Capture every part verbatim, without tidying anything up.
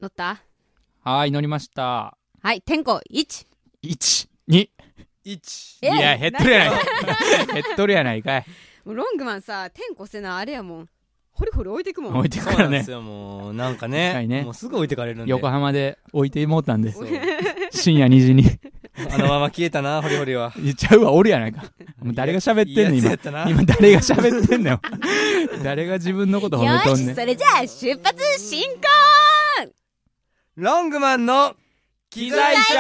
乗った？ はい、乗りました。 はい、点呼いち。 いち、に。 いち。 いや、減っとるやないかい。減っとるやないかい。 もうロングマンさ、点呼せな、あれやもん。ホリホリ置いてくもん。 置いてくからね。 そうなんですよ、もう。なんかね。ねもうすぐ置いてかれるんで。 横浜で置いてもうたんで。深夜にじに。 あのまま消えたな、ホリホリは。 言っちゃうわ、おるやないか。もう誰が喋ってんの、今。今誰が喋ってんのよ。誰が自分のこと褒めとんねん。 よし、それじゃあ、出発進行！ ロングマンの機材車！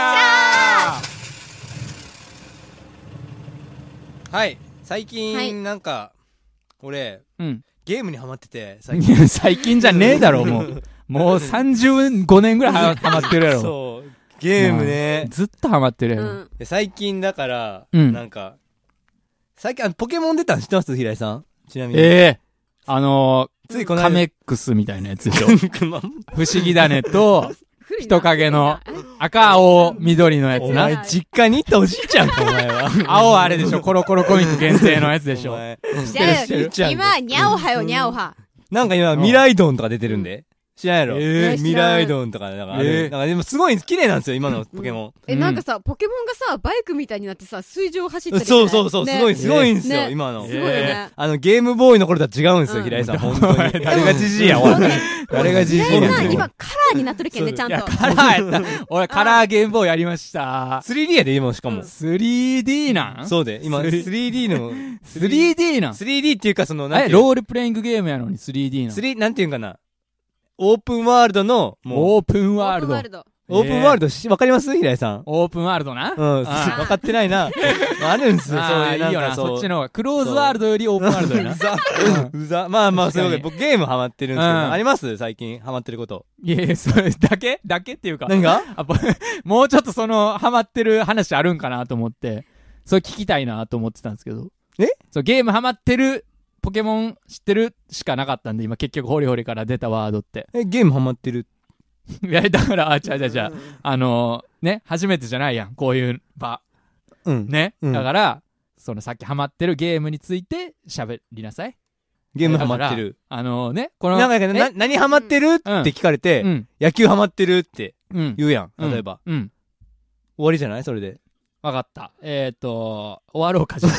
はい、最近、はい、なんか、俺、うん、ゲームにハマってて、 最近。最近じゃねえだろ、もう。もうさんじゅうごねんぐらいハマってるやろ。 そう。ゲームね、 ずっとハマってるやろ、 うん、最近だから、うん、なんか最近あのポケモン出たん知ってます平井さん？ちなみにええー、あのー、ついこのカメックスみたいなやつでしょ不思議だねと人影の赤青緑のやつな。 お前実家に行ったおじいちゃんかお前は。 青はあれでしょ、コロコロコミック限定のやつでしょ。 知ってる知ってる。今ニャオハよニャオハ、 なんか今未来ドンとか出てるんで知らんやろ、えー、未来ドンとか、なんかあれ、えー、なんかでもすごい綺麗なんですよ、今のポケモン。うん、 え、なんかさ、ポケモンがさ、バイクみたいになってさ、水上走ってる。 そうそうそう、ね、すごい、すごいんですよ、ね、今の。 すごいよね。 あの、ゲームボーイの頃とは違うんですよ、うん、平井さん、本当に。 誰がじじいや、おい。誰がじじいや。 平井さん、今、カラーになっとるけんね、ちゃんと。 カラーやった。俺、カラーゲームボーイやりました。 スリーディー やで、今、しかも。 スリーディー なんそうで、今、スリーディー の。 スリーディー なんスリーディー っていうか、その、なんえ、ロールプレイングゲームやのに スリーディー なん ?スリー、なんていうんかな。オープンワールドの、 もう。オープンワールド。 オープンワールドし、わかります平井さん。 オープンワールドな。 うん。わかってないな。あるんすよ、そういう。 いいよな、そっちの方が。クローズワールドよりオープンワールドやな。 うざ。うざ。まあまあ、そういうことで、僕ゲームハマってるんですけど、あります最近ハマってること。 いやいや、それだけだけっていうか。 何がもうちょっとその、ハマってる話あるんかなと思って、それ聞きたいなと思ってたんですけど。 えそう、ゲームハマってる、ポケモン知ってるしかなかったんで、今結局ホリホリから出たワードって。 え、ゲームハマってるいや、だから、あ、ちゃうちゃうちゃう。あのー、ね、初めてじゃないやん、こういう場。 うん。 ね。 うん、 だから、そのさっきハマってるゲームについて喋りなさい。 ゲームハマってる。 あのー、ね、この。 なんかな、何ハマってるって聞かれて、うん、野球ハマってるって言うやん、例えば。 うん。うん、 終わりじゃないそれで。 わかった。えーっと、終わろうかじゃあ。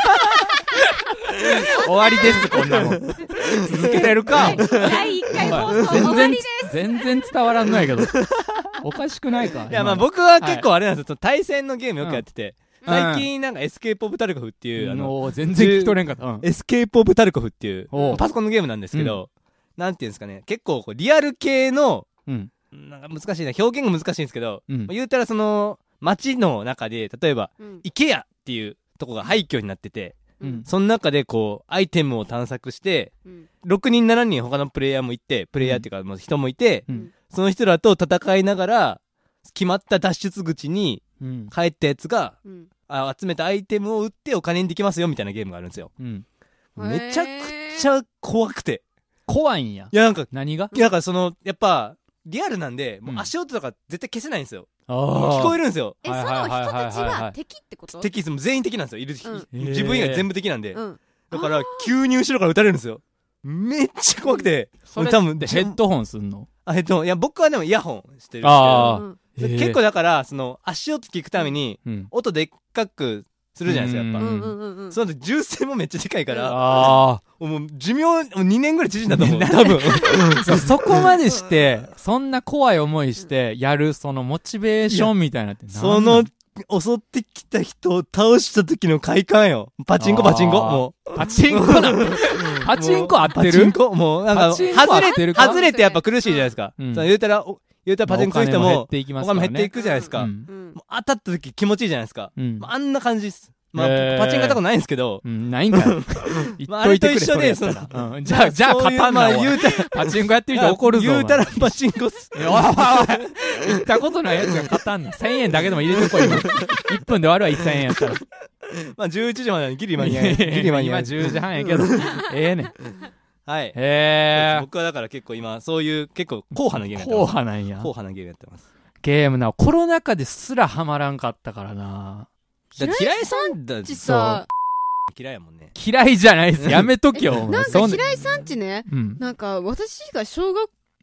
終わりです、こんなもん。続けれるか。 だいいっかい放送終わりです。 全然伝わらんのやけど。おかしくないか。 いや、まあ僕は結構あれなんですよ。対戦のゲームよくやってて。最近なんかエスケープオブタルコフっていう、あの、 全然聞き取れんかった。 エスケープオブタルコフっていう、パソコンのゲームなんですけど、なんていうんですかね、結構リアル系の、なんか難しいな、表現が難しいんですけど、言うたらその、街の中で、例えば、イケアっていうとこが廃墟になってて、うん、その中でこうアイテムを探索して、うん、ろくにんななにん他のプレイヤーもいてプレイヤーっていうか、うん、人もいて、うん、その人らと戦いながら決まった脱出口に帰ったやつが、うん、あ集めたアイテムを売ってお金にできますよみたいなゲームがあるんですよ、うん、めちゃくちゃ怖くて怖いんや。 いやなんか何がいやなんかそのやっぱリアルなんでもう足音とか絶対消せないんですよ、うん、聞こえるんですよ。 え、その人たちは敵ってこと？ 敵です。全員敵なんですよ。いる、うん、自分以外全部敵なんで、うん、だから急に後ろから撃たれるんですよ。めっちゃ怖くて、 それ多分ヘッドホンすんの？ あ、ヘッドホン。いや僕はでもイヤホンしてるんですけど、結構だからその足音聞くために音でっかくするじゃないですか、やっぱ。その銃声もめっちゃでかいから、あもう寿命にねんぐらい縮んだと思う。多分そ。そこまでして、そんな怖い思いしてやるそのモチベーションみたいなって何なの？ その、襲ってきた人を倒した時の快感よ。パチンコパチンコ。もう。パチンコなパチンコ合ってる？ パチンコもうなんか、外れ、外れてやっぱ苦しいじゃないですか。うん、言うたら、言うたらパチンコする人も、お金も減っていきますからね。お金も減っていくじゃないですか。うん、もう当たった時気持ちいいじゃないですか。うん、あんな感じです。まあ、えー、パチンコやったことないんですけど、 うん、ないんかよ。 まあ、あれと一緒で、その、 うん、じゃあ、じゃあ、勝たんな。まあ、言うたら、パチンコやってる人怒るぞ。 言うたらパチンコっす。 おいおいおい、言ったことないやつが勝たんな。せんえんだけでも入れてこいよ。いっぷんで終わるわ、せんえんやったら。 まあ、じゅういちじまでギリ間に合う。ギリ間に合う。 今じゅうじはんやけど、ええねん。 はい。 へー。 僕はだから結構今、そういう結構硬派なゲームやってます。 硬派なんや。 硬派なゲームやってます。 ゲームな、コロナ禍ですらハマらんかったからな。 だ平井さんだってさ、嫌いやもんね。 嫌いじゃないです。やめときよ。 なんか平井さんちね、うん、なんか私が小学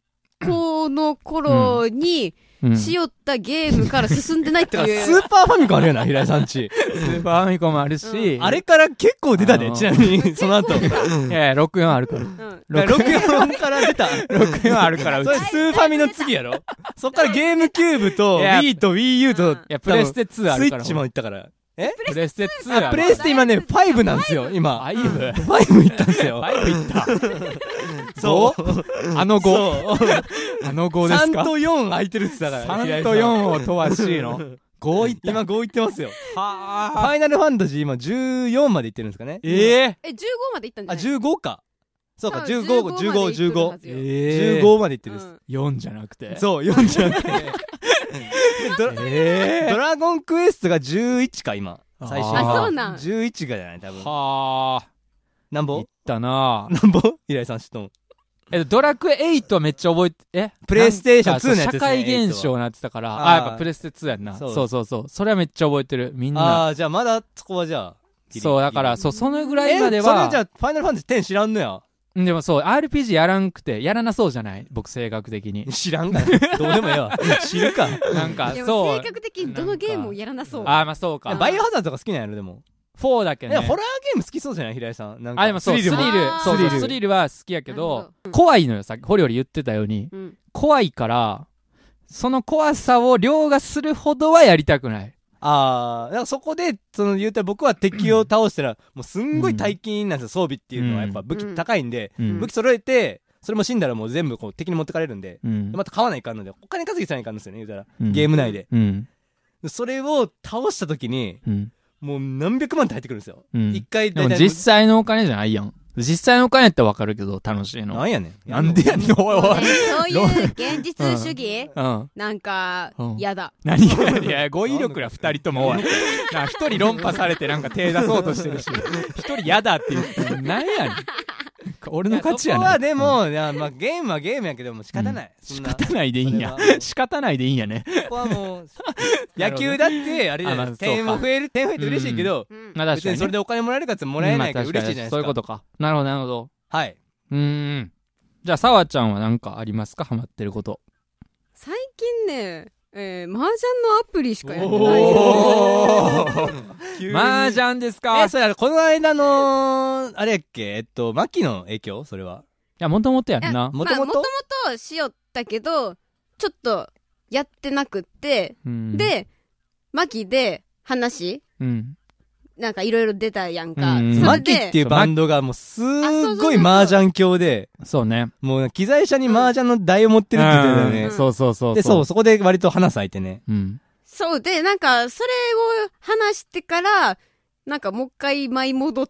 校の頃に、しよったゲームから進んでないっていう。 スーパーファミコンあるよな、平井さんち。 スーパーファミコンもあるし。 あれから結構出たで、ちなみに、その後。いやいや、ろくじゅうよんあるから。 ろくじゅうよんから出た。 ろくじゅうよんあるから、 それスーファミの次やろそっからゲームキューブと、Wii と Wii U と、いや、プレステツーあるから。 スイッチも行ったから。えプレステツーあ、プレステ今ね、ファイブなんですよ、今。 ファイブ ?ファイブ行ったんですよ。 ファイブ行ったそうあのご。あのごですか ?さんとよん空いてるって言ったから。 さんとよんを飛ばしいの ?ご 行った今ご行ってますよ。 はぁ。ファイナルファンタジー今じゅうよんまで行ってるんですかね。 えええ、じゅうごまで行ったんじゃないあ、じゅうごか。そうか、じゅうご、じゅうご、じゅうご。 ええじゅうごまで行ってるんです。 よんじゃなくて。 そう、よんじゃなくて。ドラゴンクエストがじゅういちか、今。最新あ、そうなん。 じゅういちがじゃない多分。 はあ。 なんぼいったなぁ。なんぼ平井さん知っとん。 えっと、ドラクエエイトはめっちゃ覚えて、えプレイステーションツーのやつですね。 社会現象になってたから、あ、やっぱプレステツーやんな。そうそうそう。それはめっちゃ覚えてる。みんな。 ああ、じゃあまだそこはじゃあ。 そう、だから、そう、そのぐらいまでは。 それじゃあ、ファイナルファンタジーテン知らんのや。 でもそう、アールピージー やらんくて、やらなそうじゃない僕性格的に。 知らんかどうでもええわ。知るか。 なんか、そう。 性格的にどのゲームをやらなそう。 ああ、まあそうか。 バイオハザードとか好きなんやろ、でも。 フォーだけね。 ホラーゲーム好きそうじゃない平井さん。なんか。 あ、でもそう、スリル。そうそう、スリルは好きやけど、怖いのよ、さっき、ホリホリ言ってたように。怖いから、その怖さを凌駕するほどはやりたくない。 ああ、だからそこで、その言うたら僕は敵を倒したら、もうすんごい大金なんですよ、装備っていうのはやっぱ武器高いんで、武器揃えて、それも死んだらもう全部こう敵に持ってかれるんで、また買わないかんので、お金稼ぎさないかんですよね、言うたら。ゲーム内で。それを倒した時に、もう何百万って入ってくるんですよ。一回でも実際のお金じゃないやん。実際のお金ってわかるけど楽しいの。 なんやねん。 なんでやねん、おいおい。 そういう現実主義なんか、やだ。 何がいや、語彙力ら二人とも、おい。一人論破されてなんか手出そうとしてるし、一人やだって言って、何やねん。俺の勝ちやねん。 そこはでも、いやまあゲームはゲームやけども仕方ない。 仕方ないでいいんや。仕方ないでいいんやね。 ここはもう、野球だって、あれだよ。点も増える、点増えて嬉しいけど、別にそれでお金もらえるかってもらえないから嬉しいじゃないですか。 そういうことか。なるほど、なるほど。 はい。 うーん。じゃあ、さわちゃんは何かありますかハマってること。 最近ね、えー、麻雀のアプリしかやってない。 麻雀ですかえ、それこの間の、あれやっけえっと、マキの影響それは。 いや、もともとやんな。 もともとしよったけど、ちょっとやってなくって、うん、で、マキで話、うん、なんかいろいろ出たやんか。 マキっていうバンドがもうすーごい麻雀狂で。 そうね。 もう機材車に麻雀の台を持ってるって言ってたよね。 そうそうそう。 で、そう、そこで割と話す相手ね。 うん。 そうで、なんかそれを話してから、なんかもう一回舞い戻って、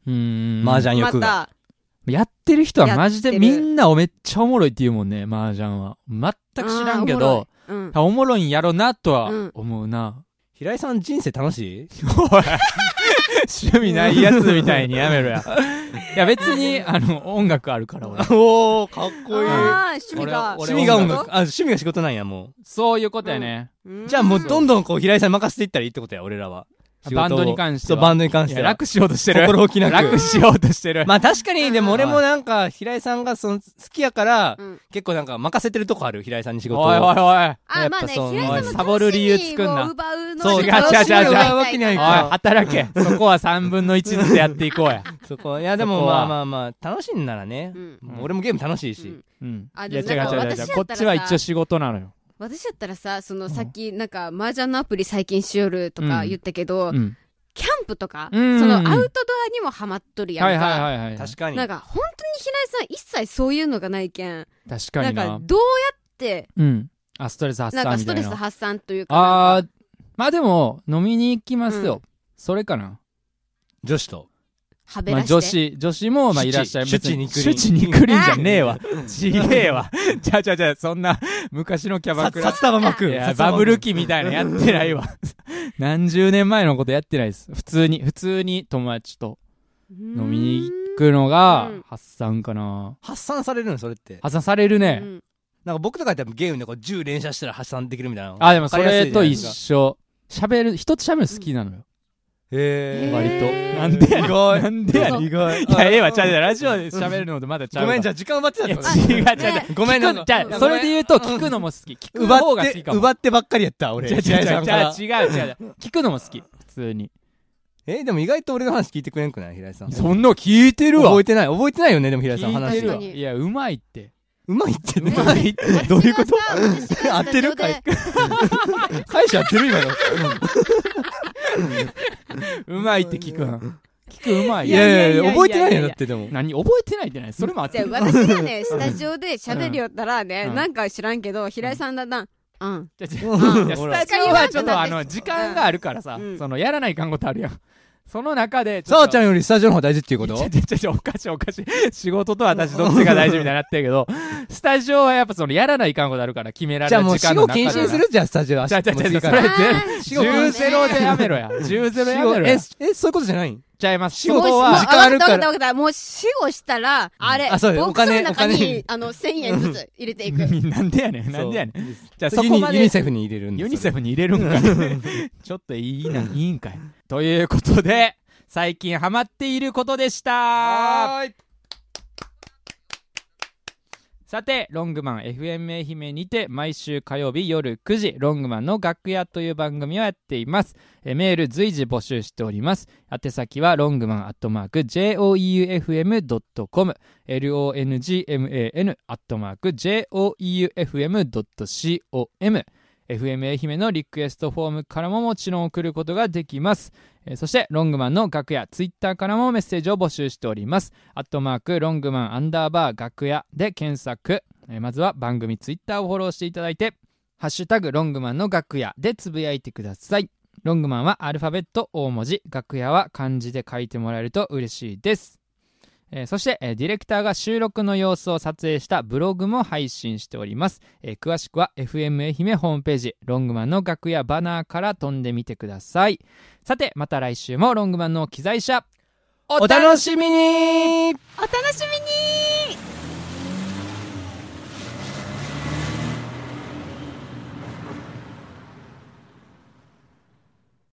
麻雀欲が。 また、 やってる人はマジでみんなめっちゃおもろいって言うもんね、麻雀は。全く知らんけど、おもろい、うん、おもろいんやろなとは思うな。うん、 平井さん人生楽しいおい趣味ないやつみたいにやめろや。いや別に、あの、音楽あるから俺。 おー、かっこいい。 あ趣味が。 趣味が音楽。あ、趣味が仕事なんや、もう。 そういうことやね。 うん、じゃあもうどんどんこう平井さんに任せていったらいいってことや、俺らは。 バンドに関しては。 そう、バンドに関しては。 楽しようとしてる。 心置きなく。 楽しようとしてる。 まあ確かに、でも俺もなんか、平井さんがその好きやから、うん、結構なんか任せてるとこある、平井さんに仕事を。 おいおいおい。 あ、まあね、平井さんのサボる理由作んな。 そう、違う違う違う違う。わけにはいかん。働け。そこはさんぶんのいちずつやっていこうや。 そこ、いやでもまあまあまあ、楽しいんならね。俺もゲーム楽しいし。 うん。いや違う違う違う。こっちは一応仕事なのよ。 私だったらさ、そのさっきなんか麻雀のアプリ最近しよるとか言ったけど、キャンプとか、そのアウトドアにもハマっとるやんか。 はいはいはいはい。 確かに。 なんか本当に平井さん一切そういうのがないけん。 確かにな。 なんかどうやって、 うん。あ、ストレス発散みたいな。 なんかストレス発散というか。 あー、まあでも、飲みに行きますよ。うん、それかな。 女子と。 はべらして。 まあ女子、女子もまあいらっしゃいます。 シュチニクリン。 シュチニクリンじゃねえわ。ちげえわ。じゃあじゃあじゃあ、そんな昔のキャバクラ。 札束巻く。 いや、バブル期みたいなやってないわ。何十年前のことやってないです。普通に、普通に友達と飲みに行くのが発散かな。 発散されるのそれって。 発散されるね。 なんか僕とかやったらゲームでこうじゅう連射したら発散できるみたいな。 あ、でもそれと一緒。喋る、人と喋る好きなのよ。 へえ割となんでやねんなんでやねん意外いやええわちゃうラジオで喋るのとまだちゃうごめんじゃあ時間奪ってたってこと違う違う違うごめんじゃあそれで言うと聞くのも好き聞く方が好きかも奪ってばっかりやった俺。 違う違う違う違う違う聞くのも好き普通に。 えでも意外と俺の話聞いてくれんくない平井さん。 そんな聞いてるわ。 覚えてない覚えてないよねでも平井さん話が。いやうまいってうまいってねうまいってどういうこと合ってるかい返し合ってる今のうまいって聞くん聞くうまい。 いやいや覚えてないよだってでも何覚えてないってないそれもあってる。 私がねスタジオで喋りよったらねなんか知らんけど平井さんだんだんうんスタジオはちょっとあの時間があるからさそのやらないかんことあるやん。その中でさあちゃんよりスタジオの方が大事っていうこと？ ちょちょちょおかしいおかしい仕事と私どっちが大事みたいになってるけどスタジオはやっぱそのやらないかんことあるから決められる時間の中で。 じゃあもう死後禁止にするじゃあスタジオは。 じゃあじゃあじゃあそれじゅうゼロでやめろやじゅうゼロやめろや。 ええそういうことじゃないん？ ちゃいます。 仕事は時間あるから。 わかったわかったもう死後したらあれボックスの中にあのせんえんずつ入れていく。 なんでやねんなんでやねん。じゃあそこまでユニセフに入れるんです。 ユニセフに入れるんかちょっといいないいんかいということで最近ハマっていることでした。 はーい。 さてロングマン エフエム 愛媛にて毎週火曜日夜くじロングマンの楽屋という番組をやっています。えメール随時募集しております。宛先はロングマンアットマーク ジェイオーイーユーエフエムドットコム ロングマン アットマーク ジェイオーイーユーエフエムドットコム エフエム 愛媛のリクエストフォームからももちろん送ることができます。えー、そしてロングマンの楽屋ツイッターからもメッセージを募集しております。アットマークロングマンアンダーバー楽屋で検索、えー、まずは番組ツイッターをフォローしていただいてハッシュタグロングマンの楽屋でつぶやいてください。ロングマンはアルファベット大文字、楽屋は漢字で書いてもらえると嬉しいです。えー、そして、えー、ディレクターが収録の様子を撮影したブログも配信しております。えー、詳しくは エフエム 愛媛ホームページロングマンの楽屋バナーから飛んでみてください。さてまた来週もロングマンの機材車お楽しみに。 お楽しみに。